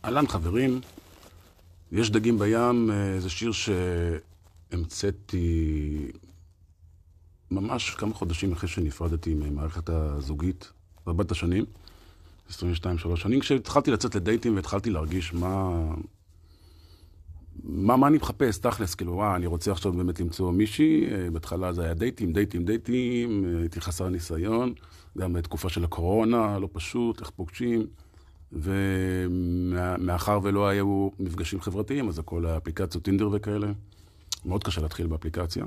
אהלן חברים, יש דגים בים, זה שיר שהמצאתי ממש כמה חודשים אחרי שנפרדתי ממערכת הזוגית, רבת השנים, 22-3 שנים, כשהתחלתי לצאת לדייטים והתחלתי להרגיש מה אני מחפש, תכלס, כאילו, אני רוצה עכשיו באמת למצוא מישהי, בהתחלה זה היה דייטים, הייתי חסר ניסיון, גם בתקופה של הקורונה, לא פשוט, איך פוגשים, ומאחר ולא היו מפגשים חברתיים, אז הכל האפליקציות טינדר וכאלה, מאוד קשה להתחיל באפליקציה,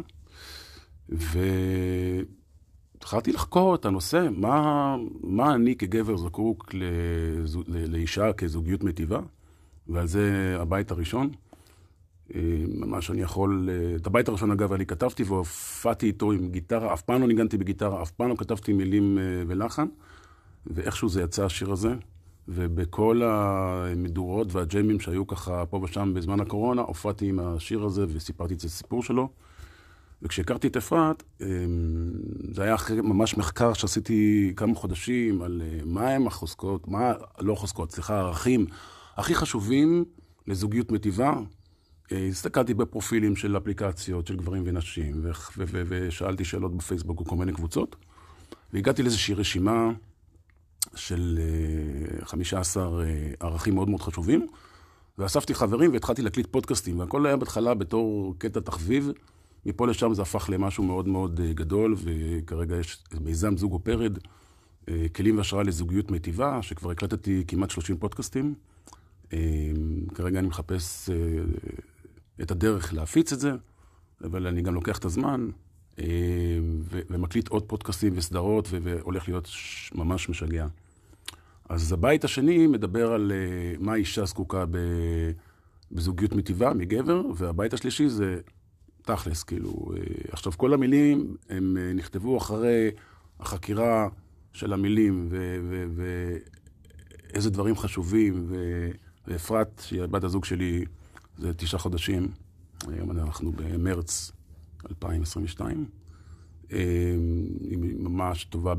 והתחלתי לחקור את הנושא, מה אני כגבר זקוק לאישה כזוגיות מטיבה, ועל זה הבית הראשון, ממש אני יכול, את הבית הראשון אגב אני כתבתי והופעתי איתו עם גיטרה, אף פעם לא ניגנתי בגיטרה, אף פעם לא כתבתי מילים ולחן, ואיכשהו זה יצא השיר הזה, ובכל המדורות והג'יימים שהיו ככה פה ושם בזמן הקורונה, הופעתי עם השיר הזה וסיפרתי את הסיפור שלו, וכשהכרתי את אפרת, זה היה אחרי ממש מחקר שעשיתי כמה חודשים על מה הם החוזקות, הערכים הכי חשובים לזוגיות מטיבה. הסתכלתי בפרופילים של אפליקציות של גברים ונשים, ושאלתי שאלות בפייסבוק וכל מיני קבוצות, והגעתי לאיזושהי רשימה של 15 ערכים מאוד מאוד חשובים, ואספתי חברים והתחלתי להקליט פודקאסטים, והכל היה בהתחלה בתור קטע תחביב, מפה לשם זה הפך למשהו מאוד מאוד גדול, וכרגע יש מיזם זוג ופרד, כלים והשראה לזוגיות מטיבה, שכבר הקלטתי כמעט 30 פודקאסטים, כרגע אני מחפש את הדרך להפיץ את זה, אבל אני גם לוקח את הזמן, ומקליט עוד פודקאסטים וסדרות, והולך להיות ממש משגע. אז הבית השני מדבר על מה האישה זקוקה בזוגיות מטיבה מגבר, והבית השלישי זה תכלס, כאילו, עכשיו כל המילים הם נכתבו אחרי החקירה של המילים, ואיזה דברים חשובים, ואפרת, שהיא בת הזוג שלי, זה 9 חודשים, היום אנחנו במרץ 2022, היא ממש טובה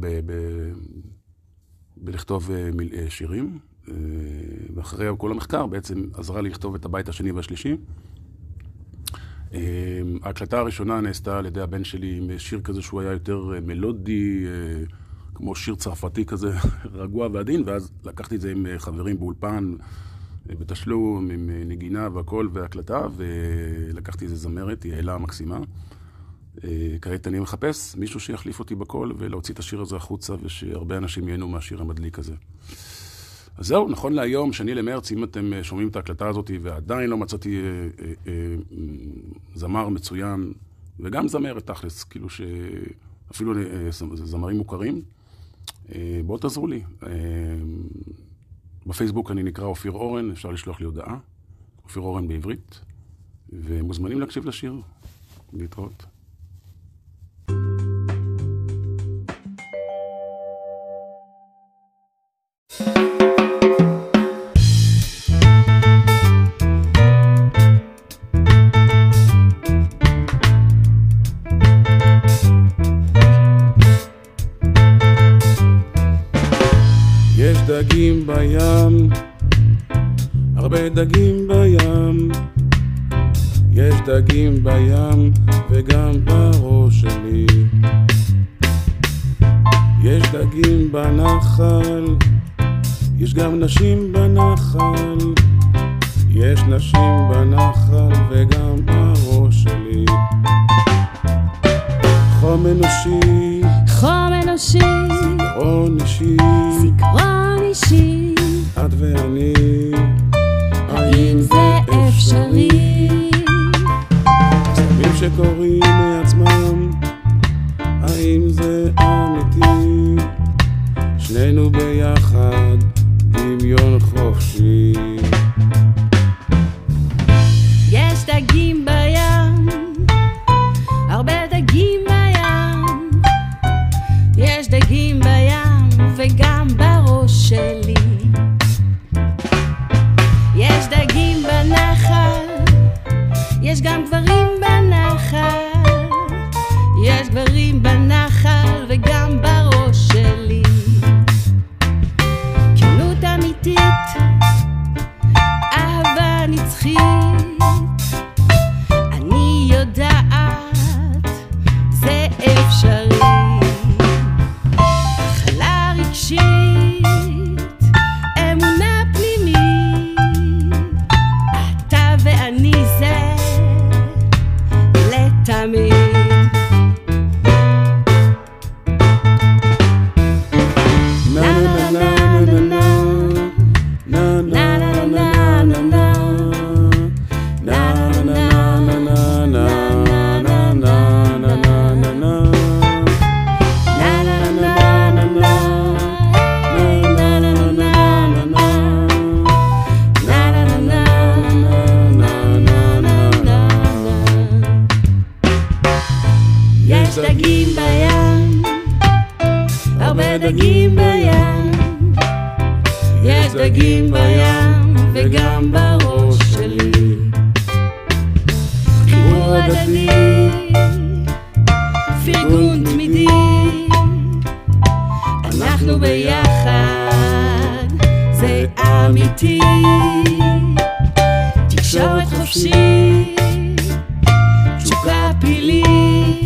בלכתוב שירים, ואחרי כל המחקר בעצם עזרה לי לכתוב את הבית השני והשלישי. ההקלטה הראשונה נעשתה על ידי הבן שלי עם שיר כזה שהוא היה יותר מלודי, כמו שיר צרפתי כזה, רגוע ועדין, ואז לקחתי את זה עם חברים באולפן, בתשלום, עם נגינה והכל והקלטה, ולקחתי איזה זמרת, היא העלה מקסימה. כעת אני מחפש מישהו שיחליף אותי בכל, ולהוציא את השיר הזה החוצה, ושהרבה אנשים ייהנו מהשיר המדליק הזה. אז זהו, נכון להיום, שני למרץ, אם אתם שומעים את ההקלטה הזאת, ועדיין לא מצאתי זמר מצוין, וגם זמרת תכלס, כאילו שאפילו זמרים מוכרים, בואו תעזרו לי. בפייסבוק אני נקרא אופיר אורן, אפשר לשלוח לי הודעה, אופיר אורן בעברית, ומוזמנים להקשיב לשיר. להתראות. יש דגים בים, הרבה דגים בים, יש דגים בים וגם בראש שלי, יש דגים בנחל, יש גם נשים בנחל, יש נשים בנחל וגם בראש שלי. חום אנושי, חום אנושי, זיכרון אישי, זיכרון אישי, את ואני, האם זה אפשרי? דברים שקורים מעצמם, האם זה אמיתי? שנינו ביחד, דמיון חופשי. יש דגים בים, הרבה דגים בים, יש דגים בים וגם בראש שלי, יש דגים בנחל, יש גם גברים בנחל, יש גברים בנחל וגם בראש שלי. כנות אמיתית נצחית, אני יודעת, זה אפשרי. הכלה רגשית, אמונה פנימית, אתה ואני זה לתמיד. יש דגים בים, הרבה דגים בים, יש דגים בים וגם בראש שלי. חיבור הדדי, פרגון תמידי, אנחנו ביחד, זה אמיתי. תקשורת חופשית, תשוקה פילית,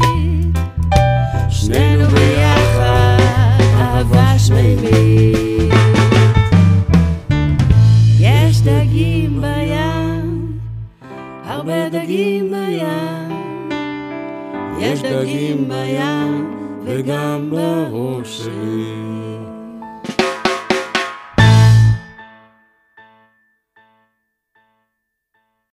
שנינו ביחד, אהבה שמימית. יש דגים בים, הרבה דגים בים, יש דגים בים וגם בראש שלי.